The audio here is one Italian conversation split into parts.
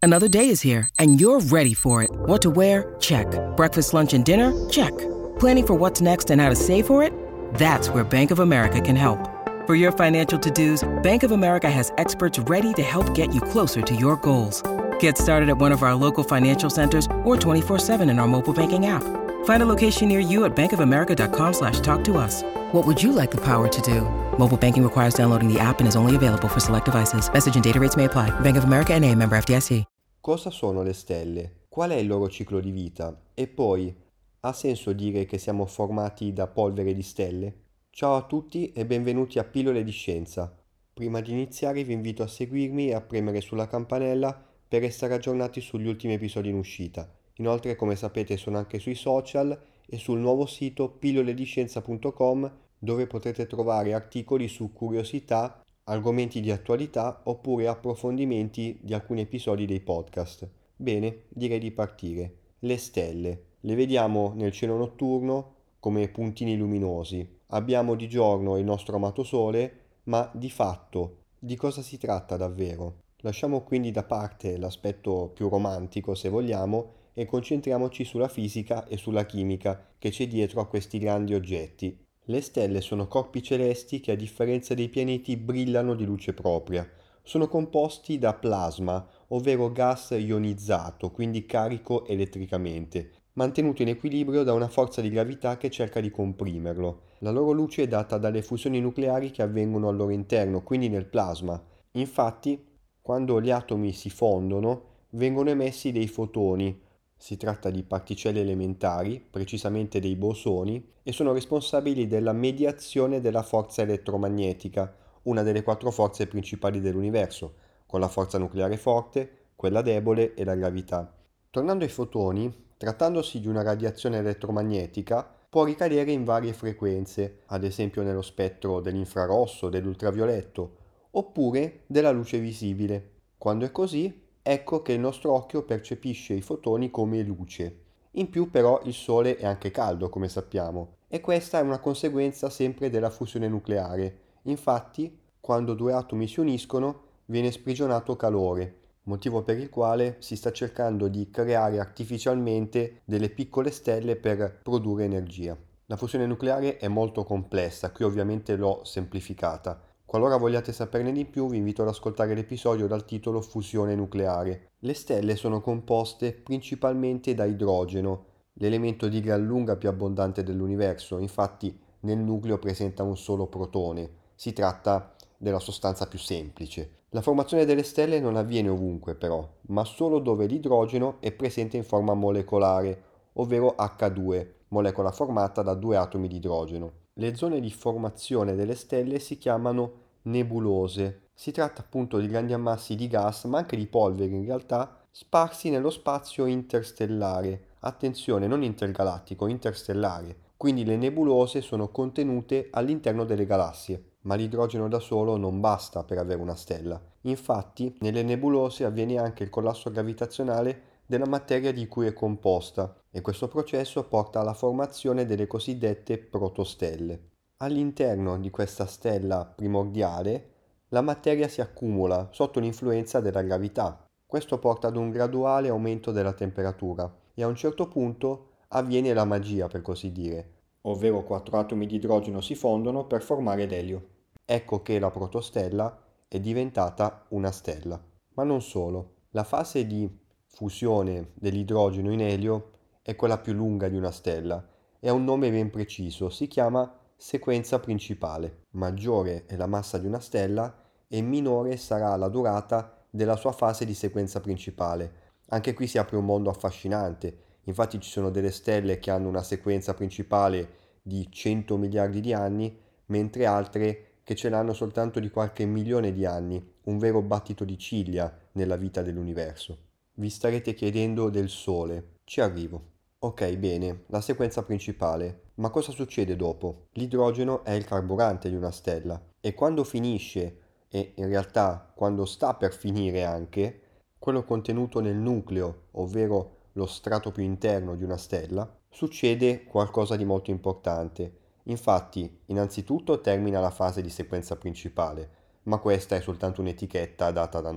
Another day is here, and you're ready for it. What to wear? Check. Breakfast, lunch, and dinner? Check. Planning for what's next and how to save for it? That's where Bank of America can help. For your financial to-dos, Bank of America has experts ready to help get you closer to your goals. Get started at one of our local financial centers or 24/7 in our mobile banking app. Find a location near you at bankofamerica.com/talktous. What would you like the power to do? Mobile banking requires downloading the app and is only available for select devices. Message and data rates may apply. Bank of America N.A., member FDIC. Cosa sono le stelle? Qual è il loro ciclo di vita? E poi, ha senso dire che siamo formati da polvere di stelle? Ciao a tutti e benvenuti a Pillole di Scienza. Prima di iniziare vi invito a seguirmi e a premere sulla campanella per restare aggiornati sugli ultimi episodi in uscita. Inoltre, come sapete, sono anche sui social e sul nuovo sito pillolediscienza.com, dove potrete trovare articoli su curiosità, argomenti di attualità oppure approfondimenti di alcuni episodi dei podcast. Bene, direi di partire. Le stelle. Le vediamo nel cielo notturno come puntini luminosi. Abbiamo di giorno il nostro amato Sole, ma di fatto di cosa si tratta davvero? Lasciamo quindi da parte l'aspetto più romantico, se vogliamo, e concentriamoci sulla fisica e sulla chimica che c'è dietro a questi grandi oggetti. Le stelle sono corpi celesti che, a differenza dei pianeti, brillano di luce propria. Sono composti da plasma, ovvero gas ionizzato, quindi carico elettricamente, mantenuto in equilibrio da una forza di gravità che cerca di comprimerlo. La loro luce è data dalle fusioni nucleari che avvengono al loro interno, quindi nel plasma. Infatti, quando gli atomi si fondono, vengono emessi dei fotoni. Si tratta di particelle elementari, precisamente dei bosoni, e sono responsabili della mediazione della forza elettromagnetica, una delle quattro forze principali dell'universo, con la forza nucleare forte, quella debole e la gravità. Tornando ai fotoni, trattandosi di una radiazione elettromagnetica, può ricadere in varie frequenze, ad esempio nello spettro dell'infrarosso, dell'ultravioletto, oppure della luce visibile. Quando è così, ecco che il nostro occhio percepisce i fotoni come luce. In più però il Sole è anche caldo, come sappiamo, e questa è una conseguenza sempre della fusione nucleare. Infatti, quando due atomi si uniscono, viene sprigionato calore, motivo per il quale si sta cercando di creare artificialmente delle piccole stelle per produrre energia. La fusione nucleare è molto complessa, qui ovviamente l'ho semplificata. Qualora vogliate saperne di più, vi invito ad ascoltare l'episodio dal titolo Fusione nucleare. Le stelle sono composte principalmente da idrogeno, l'elemento di gran lunga più abbondante dell'universo. Infatti nel nucleo presenta un solo protone. Si tratta della sostanza più semplice. La formazione delle stelle non avviene ovunque però, ma solo dove l'idrogeno è presente in forma molecolare, ovvero H2, molecola formata da due atomi di idrogeno. Le zone di formazione delle stelle si chiamano nebulose. Si tratta appunto di grandi ammassi di gas, ma anche di polvere in realtà, sparsi nello spazio interstellare. Attenzione, non intergalattico, interstellare. Quindi le nebulose sono contenute all'interno delle galassie, ma l'idrogeno da solo non basta per avere una stella. Infatti, nelle nebulose avviene anche il collasso gravitazionale della materia di cui è composta, e questo processo porta alla formazione delle cosiddette protostelle. All'interno di questa stella primordiale la materia si accumula sotto l'influenza della gravità. Questo porta ad un graduale aumento della temperatura e a un certo punto avviene la magia, per così dire, ovvero quattro atomi di idrogeno si fondono per formare l'elio. Ecco che la protostella è diventata una stella. Ma non solo. La fase di fusione dell'idrogeno in elio è quella più lunga di una stella e ha un nome ben preciso, si chiama sequenza principale. Maggiore è la massa di una stella e minore sarà la durata della sua fase di sequenza principale. Anche qui si apre un mondo affascinante. Infatti ci sono delle stelle che hanno una sequenza principale di 100 miliardi di anni, mentre altre che ce l'hanno soltanto di qualche milione di anni, un vero battito di ciglia nella vita dell'universo. Vi starete chiedendo del Sole. Ci arrivo. Ok, bene, la sequenza principale. Ma cosa succede dopo? L'idrogeno è il carburante di una stella e quando finisce, e in realtà quando sta per finire anche, quello contenuto nel nucleo, ovvero lo strato più interno di una stella, succede qualcosa di molto importante. Infatti, innanzitutto termina la fase di sequenza principale, ma questa è soltanto un'etichetta data da noi.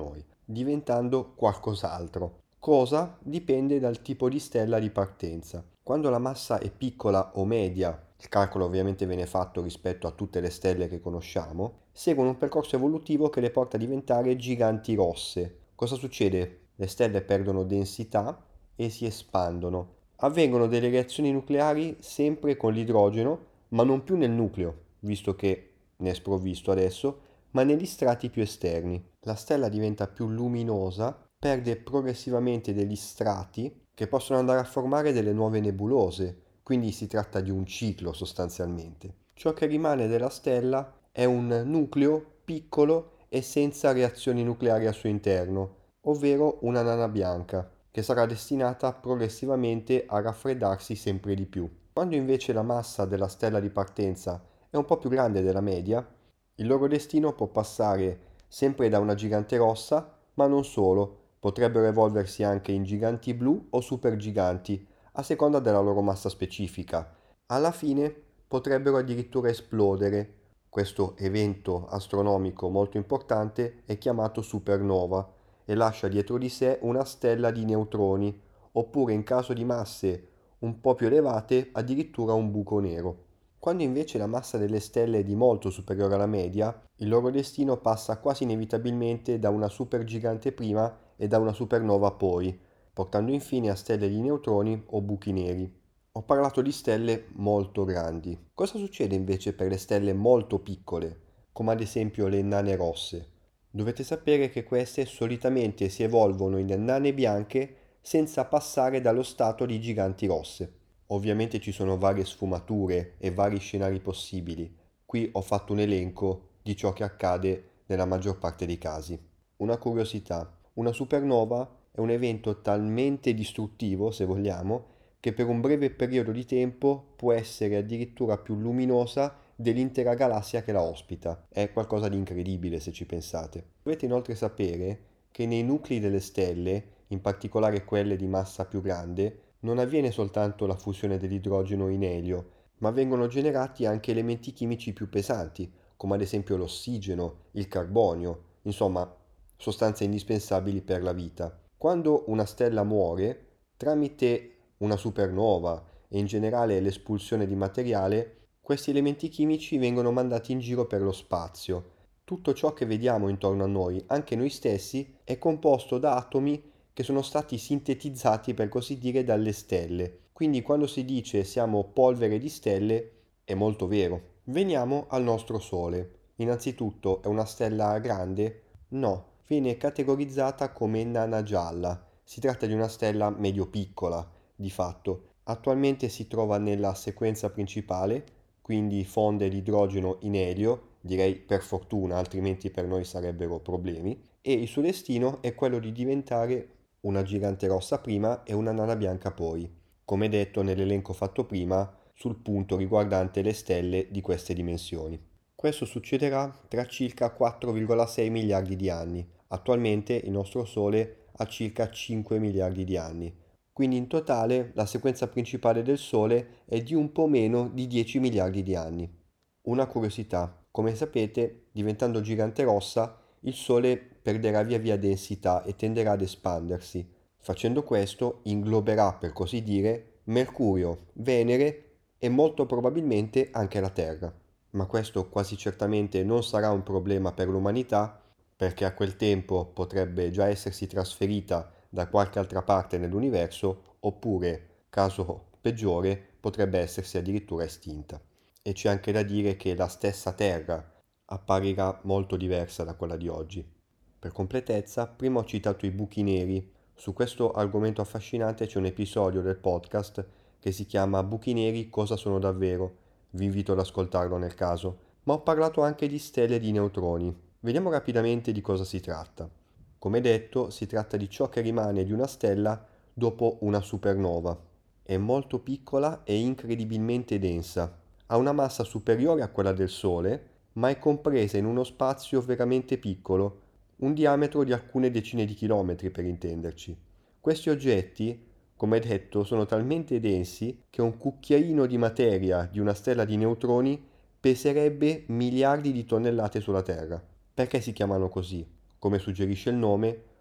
diventando qualcos'altro. Cosa? Dipende dal tipo di stella di partenza. Quando la massa è piccola o media, il calcolo ovviamente viene fatto rispetto a tutte le stelle che conosciamo, seguono un percorso evolutivo che le porta a diventare giganti rosse. Cosa succede? Le stelle perdono densità e si espandono. Avvengono delle reazioni nucleari sempre con l'idrogeno, ma non più nel nucleo, visto che ne è sprovvisto adesso, ma negli strati più esterni. La stella diventa più luminosa, perde progressivamente degli strati che possono andare a formare delle nuove nebulose, quindi si tratta di un ciclo sostanzialmente. Ciò che rimane della stella è un nucleo piccolo e senza reazioni nucleari al suo interno, ovvero una nana bianca, che sarà destinata progressivamente a raffreddarsi sempre di più. Quando invece la massa della stella di partenza è un po' più grande della media, il loro destino può passare sempre da una gigante rossa, ma non solo, potrebbero evolversi anche in giganti blu o supergiganti, a seconda della loro massa specifica. Alla fine potrebbero addirittura esplodere. Questo evento astronomico molto importante è chiamato supernova e lascia dietro di sé una stella di neutroni, oppure in caso di masse un po' più elevate addirittura un buco nero. Quando invece la massa delle stelle è di molto superiore alla media, il loro destino passa quasi inevitabilmente da una supergigante prima e da una supernova poi, portando infine a stelle di neutroni o buchi neri. Ho parlato di stelle molto grandi. Cosa succede invece per le stelle molto piccole, come ad esempio le nane rosse? Dovete sapere che queste solitamente si evolvono in nane bianche senza passare dallo stato di giganti rosse. Ovviamente ci sono varie sfumature e vari scenari possibili. Qui ho fatto un elenco di ciò che accade nella maggior parte dei casi. Una curiosità, una supernova è un evento talmente distruttivo, se vogliamo, che per un breve periodo di tempo può essere addirittura più luminosa dell'intera galassia che la ospita. È qualcosa di incredibile se ci pensate. Dovete inoltre sapere che nei nuclei delle stelle, in particolare quelle di massa più grande, non avviene soltanto la fusione dell'idrogeno in elio, ma vengono generati anche elementi chimici più pesanti, come ad esempio l'ossigeno, il carbonio, insomma, sostanze indispensabili per la vita. Quando una stella muore, tramite una supernova e in generale l'espulsione di materiale, questi elementi chimici vengono mandati in giro per lo spazio. Tutto ciò che vediamo intorno a noi, anche noi stessi, è composto da atomi che sono stati sintetizzati per così dire dalle stelle. Quindi quando si dice siamo polvere di stelle è molto vero. Veniamo al nostro Sole. Innanzitutto è una stella grande? No, viene categorizzata come nana gialla. Si tratta di una stella medio-piccola, di fatto. Attualmente si trova nella sequenza principale, quindi fonde di idrogeno in elio, direi per fortuna, altrimenti per noi sarebbero problemi, e il suo destino è quello di diventare una gigante rossa prima e una nana bianca poi, come detto nell'elenco fatto prima sul punto riguardante le stelle di queste dimensioni. Questo succederà tra circa 4,6 miliardi di anni. Attualmente il nostro Sole ha circa 5 miliardi di anni. Quindi in totale la sequenza principale del Sole è di un po' meno di 10 miliardi di anni. Una curiosità, come sapete, diventando gigante rossa, il Sole perderà via via densità e tenderà ad espandersi. Facendo questo ingloberà, per così dire, Mercurio, Venere e molto probabilmente anche la Terra. Ma questo quasi certamente non sarà un problema per l'umanità, perché a quel tempo potrebbe già essersi trasferita da qualche altra parte nell'universo, oppure, caso peggiore, potrebbe essersi addirittura estinta. E c'è anche da dire che la stessa Terra apparirà molto diversa da quella di oggi. Per completezza, prima ho citato i buchi neri. Su questo argomento affascinante c'è un episodio del podcast che si chiama Buchi neri cosa sono davvero. Vi invito ad ascoltarlo nel caso. Ma ho parlato anche di stelle di neutroni. Vediamo rapidamente di cosa si tratta. Come detto, si tratta di ciò che rimane di una stella dopo una supernova. È molto piccola e incredibilmente densa. Ha una massa superiore a quella del Sole, ma è compresa in uno spazio veramente piccolo, un diametro di alcune decine di chilometri per intenderci. Questi oggetti, come detto, sono talmente densi che un cucchiaino di materia di una stella di neutroni peserebbe miliardi di tonnellate sulla Terra. Perché si chiamano così? Come suggerisce il nome,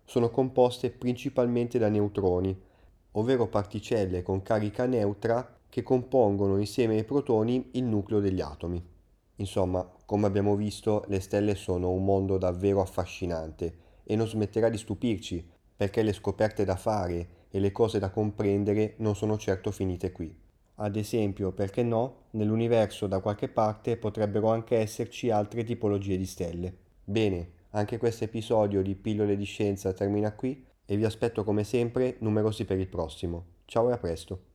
sono composte principalmente da neutroni, ovvero particelle con carica neutra che compongono insieme ai protoni il nucleo degli atomi. Insomma, come abbiamo visto, le stelle sono un mondo davvero affascinante e non smetterà di stupirci, perché le scoperte da fare e le cose da comprendere non sono certo finite qui. Ad esempio, perché no, nell'universo da qualche parte potrebbero anche esserci altre tipologie di stelle. Bene, anche questo episodio di Pillole di Scienza termina qui e vi aspetto come sempre numerosi per il prossimo. Ciao e a presto!